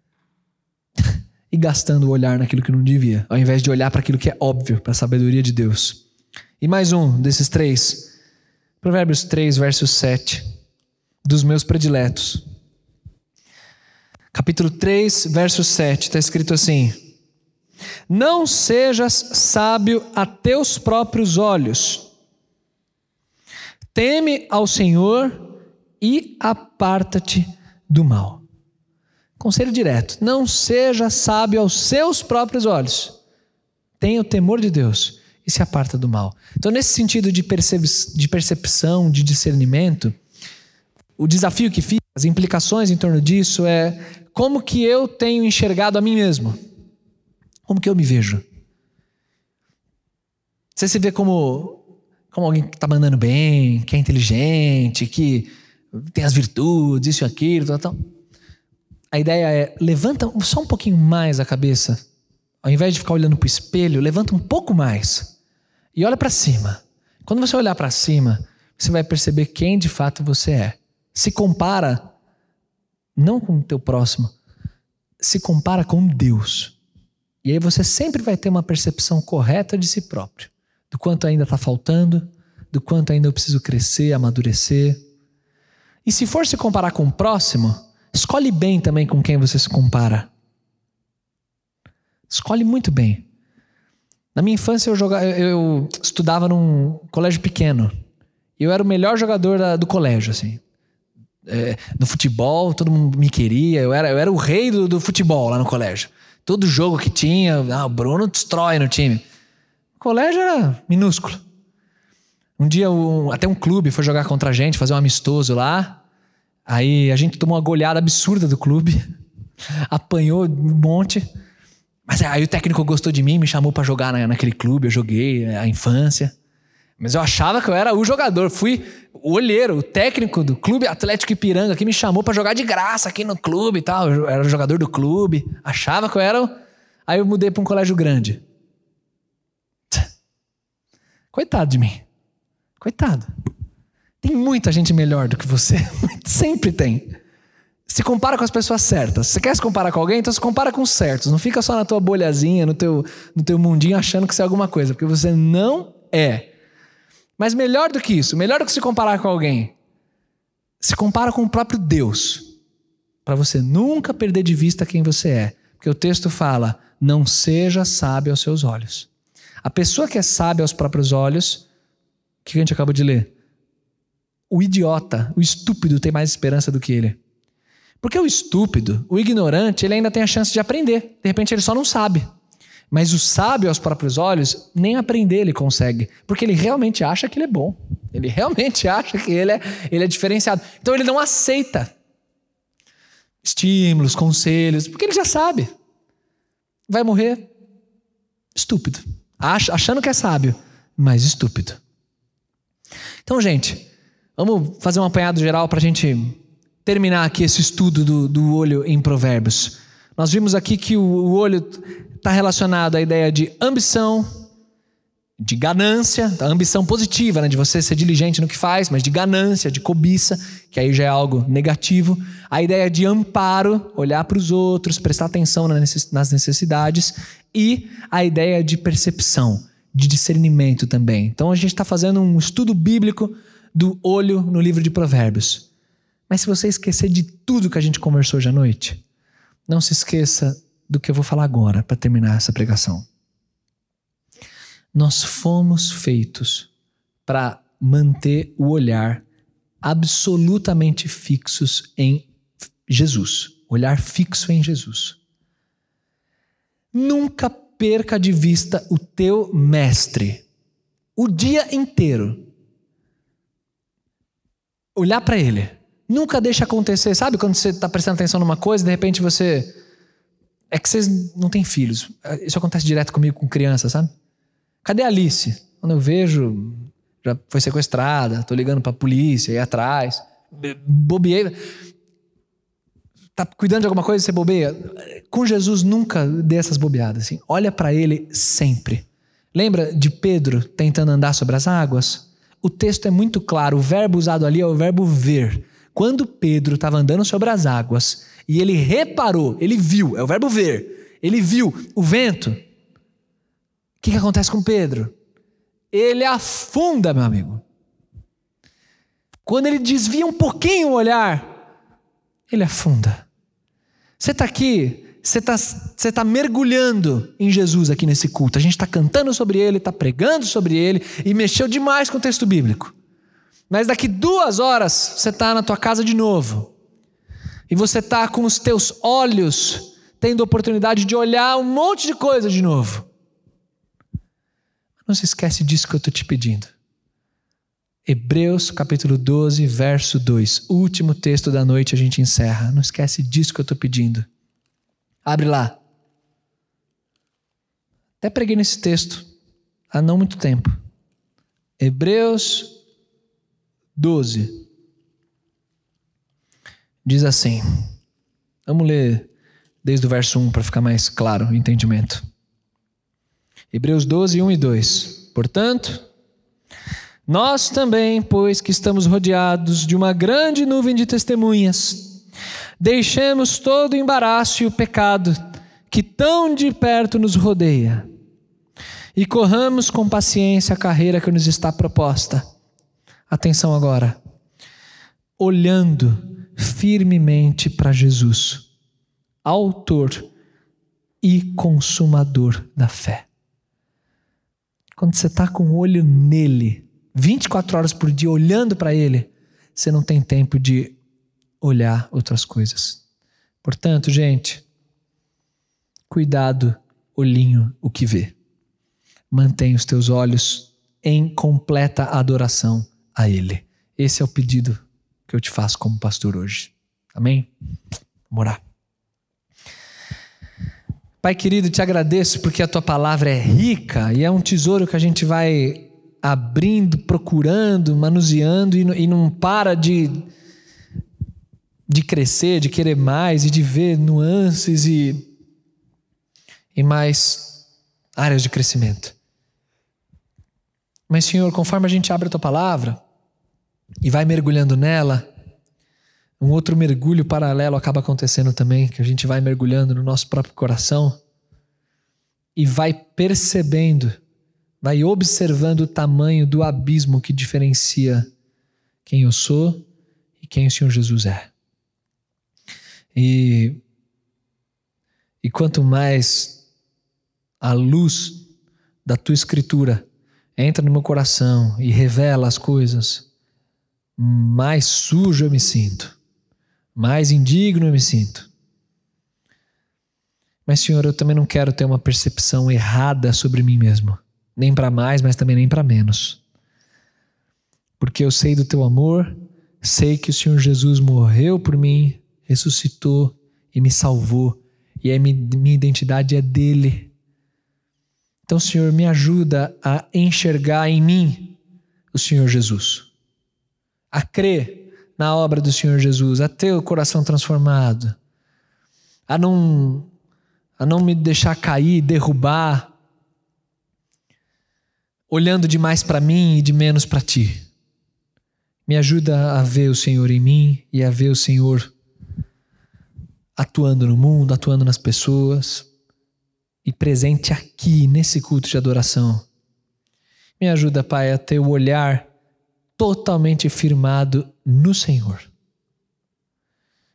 e gastando o olhar naquilo que não devia, ao invés de olhar para aquilo que é óbvio, para a sabedoria de Deus. E mais um desses três, Provérbios três, verso sete, dos meus prediletos. Capítulo três, verso sete, está escrito assim: não sejas sábio a teus próprios olhos, teme ao Senhor e aparta-te do mal. Conselho direto: não seja sábio aos seus próprios olhos. Tenha o temor de Deus e se aparta do mal. Então, nesse sentido de, percep- de percepção, de discernimento, o desafio que fica, as implicações em torno disso é como que eu tenho enxergado a mim mesmo. Como que eu me vejo? Você se vê como, como alguém que está mandando bem, que é inteligente, que tem as virtudes, isso e aquilo, tal, tal. A ideia é, levanta só um pouquinho mais a cabeça. Ao invés de ficar olhando para o espelho, levanta um pouco mais e olha para cima. Quando você olhar para cima, você vai perceber quem de fato você é. Se compara, não com o teu próximo, se compara com Deus. E aí você sempre vai ter uma percepção correta de si próprio. Do quanto ainda está faltando, do quanto ainda eu preciso crescer, amadurecer. E se for se comparar com o próximo, escolhe bem também com quem você se compara. Escolhe muito bem. Na minha infância eu, jogava, eu, eu estudava num colégio pequeno. Eu era o melhor jogador da, do colégio, assim. É, no futebol, todo mundo me queria. Eu era, eu era o rei do, do futebol lá no colégio. Todo jogo que tinha, ah, o Bruno destrói no time. O colégio era minúsculo. Um dia um, até um clube foi jogar contra a gente, fazer um amistoso lá. Aí a gente tomou uma goleada absurda do clube. Apanhou um monte. Mas aí o técnico gostou de mim, me chamou pra jogar na, naquele clube. Eu joguei a infância. Mas eu achava que eu era o jogador. Fui o olheiro, o técnico do Clube Atlético Ipiranga, que me chamou pra jogar de graça aqui no clube e tal. Eu era o jogador do clube. Achava que eu era... O... Aí eu mudei pra um colégio grande. Coitado de mim. Coitado. Tem muita gente melhor do que você. Sempre tem. Se compara com as pessoas certas. Você quer se comparar com alguém? Então se compara com os certos. Não fica só na tua bolhazinha, no teu, no teu mundinho achando que você é alguma coisa. Porque você não é. Mas melhor do que isso, melhor do que se comparar com alguém, se compara com o próprio Deus. Para você nunca perder de vista quem você é. Porque o texto fala, não seja sábio aos seus olhos. A pessoa que é sábia aos próprios olhos, o que a gente acabou de ler? O idiota, o estúpido tem mais esperança do que ele. Porque o estúpido, o ignorante, ele ainda tem a chance de aprender. De repente ele só não sabe. Mas o sábio aos próprios olhos, nem aprender ele consegue. Porque ele realmente acha que ele é bom. Ele realmente acha que ele é, ele é diferenciado. Então ele não aceita estímulos, conselhos, porque ele já sabe. Vai morrer estúpido. Ach, achando que é sábio, mas estúpido. Então, gente, vamos fazer um apanhado geral para a gente terminar aqui esse estudo do, do olho em Provérbios. Nós vimos aqui que o, o olho está relacionado à ideia de ambição, de ganância, a ambição positiva, né, de você ser diligente no que faz, mas de ganância, de cobiça, que aí já é algo negativo. A ideia de amparo, olhar para os outros, prestar atenção nas necessidades. E a ideia de percepção, de discernimento também. Então a gente está fazendo um estudo bíblico do olho no livro de Provérbios. Mas se você esquecer de tudo que a gente conversou hoje à noite, não se esqueça do que eu vou falar agora para terminar essa pregação. Nós fomos feitos para manter o olhar absolutamente fixos em Jesus. Olhar fixo em Jesus. Nunca perca de vista o teu mestre. O dia inteiro. Olhar para ele. Nunca deixa acontecer. Sabe quando você está prestando atenção numa coisa e de repente você... É que vocês não têm filhos. Isso acontece direto comigo com criança, sabe? Cadê a Alice? Quando eu vejo... Já foi sequestrada, tô ligando pra polícia, aí atrás. Bobeei. Tá cuidando de alguma coisa e você bobeia? Com Jesus nunca dê essas bobeadas. Assim. Olha pra ele sempre. Lembra de Pedro tentando andar sobre as águas? O texto é muito claro. O verbo usado ali é o verbo ver. Quando Pedro estava andando sobre as águas e ele reparou, ele viu, é o verbo ver. Ele viu o vento. O que, que acontece com Pedro? Ele afunda, meu amigo. Quando ele desvia um pouquinho o olhar, ele afunda. Você está aqui, você está você tá mergulhando em Jesus aqui nesse culto. A gente está cantando sobre ele, está pregando sobre ele e mexeu demais com o texto bíblico. Mas daqui duas horas você está na tua casa de novo. E você está com os teus olhos tendo a oportunidade de olhar um monte de coisa de novo. Não se esquece disso que eu estou te pedindo. Hebreus capítulo doze, verso dois. O último texto da noite a gente encerra. Não esquece disso que eu estou pedindo. Abre lá. Até preguei nesse texto há não muito tempo. Hebreus doze. Diz assim. Vamos ler desde o verso um para ficar mais claro o entendimento. Hebreus doze, um e dois. Portanto, nós também, pois que estamos rodeados de uma grande nuvem de testemunhas, deixemos todo o embaraço e o pecado que tão de perto nos rodeia e corramos com paciência a carreira que nos está proposta. Atenção agora. Olhando firmemente para Jesus, autor e consumador da fé. Quando você está com o olho nele, vinte e quatro horas por dia olhando para ele, você não tem tempo de olhar outras coisas. Portanto, gente, cuidado, olhinho, o que vê. Mantenha os teus olhos em completa adoração a ele. Esse é o pedido que eu te faço como pastor hoje. Amém? Vamos orar. Pai querido, te agradeço porque a tua palavra é rica e é um tesouro que a gente vai abrindo, procurando, manuseando e não, e não para de, de crescer, de querer mais e de ver nuances e, e mais áreas de crescimento. Mas, Senhor, conforme a gente abre a tua palavra e vai mergulhando nela, um outro mergulho paralelo acaba acontecendo também, que a gente vai mergulhando no nosso próprio coração e vai percebendo, vai observando o tamanho do abismo que diferencia quem eu sou e quem o Senhor Jesus é. E, e quanto mais a luz da tua escritura entra no meu coração e revela as coisas, mais sujo eu me sinto. Mais indigno eu me sinto. Mas, Senhor, eu também não quero ter uma percepção errada sobre mim mesmo. Nem para mais, mas também nem para menos. Porque eu sei do teu amor, sei que o Senhor Jesus morreu por mim, ressuscitou e me salvou. E a minha identidade é dele. Então, Senhor, me ajuda a enxergar em mim o Senhor Jesus. A crer na obra do Senhor Jesus, a ter o coração transformado, a não, a não me deixar cair, derrubar, olhando demais para mim e de menos para ti. Me ajuda a ver o Senhor em mim e a ver o Senhor atuando no mundo, atuando nas pessoas e presente aqui nesse culto de adoração. Me ajuda, Pai, a ter o olhar totalmente firmado no Senhor.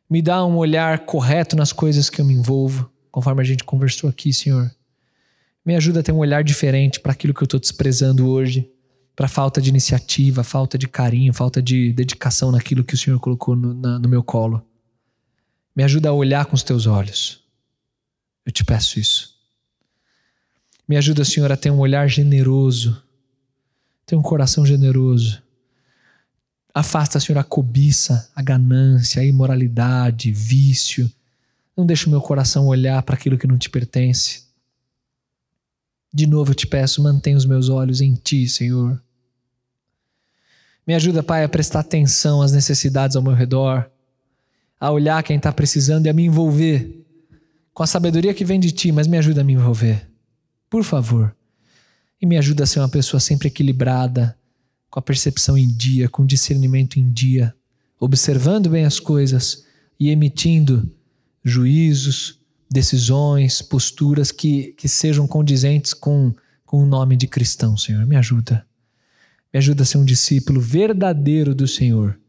Me dá um olhar correto nas coisas que eu me envolvo, conforme a gente conversou aqui, Senhor. Me ajuda a ter um olhar diferente para aquilo que eu estou desprezando hoje, para a falta de iniciativa, falta de carinho, falta de dedicação naquilo que o Senhor colocou no, na, no meu colo. Me ajuda a olhar com os teus olhos. Eu te peço isso. Me ajuda, Senhor, a ter um olhar generoso, ter um coração generoso. Afasta, Senhor, a cobiça, a ganância, a imoralidade, vício. Não deixa o meu coração olhar para aquilo que não te pertence. De novo eu te peço, mantenha os meus olhos em ti, Senhor. Me ajuda, Pai, a prestar atenção às necessidades ao meu redor, a olhar quem está precisando e a me envolver com a sabedoria que vem de ti, mas me ajuda a me envolver, por favor. E me ajuda a ser uma pessoa sempre equilibrada, com a percepção em dia, com o discernimento em dia, observando bem as coisas e emitindo juízos, decisões, posturas que, que sejam condizentes com, com o nome de cristão, Senhor. Me ajuda. Me ajuda a ser um discípulo verdadeiro do Senhor.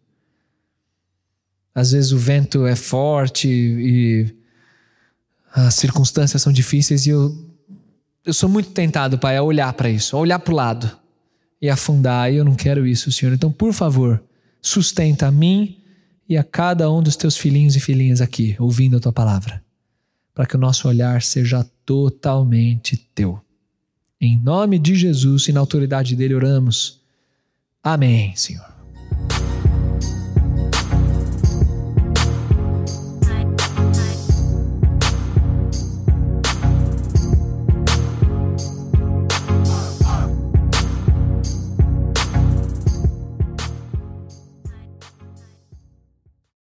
Às vezes o vento é forte e as circunstâncias são difíceis e eu, eu sou muito tentado, Pai, a olhar para isso, a olhar para o lado e afundar. E eu não quero isso, Senhor. Então, por favor, sustenta a mim e a cada um dos teus filhinhos e filhinhas aqui, ouvindo a tua palavra, para que o nosso olhar seja totalmente teu. Em nome de Jesus e na autoridade dele oramos. Amém, Senhor.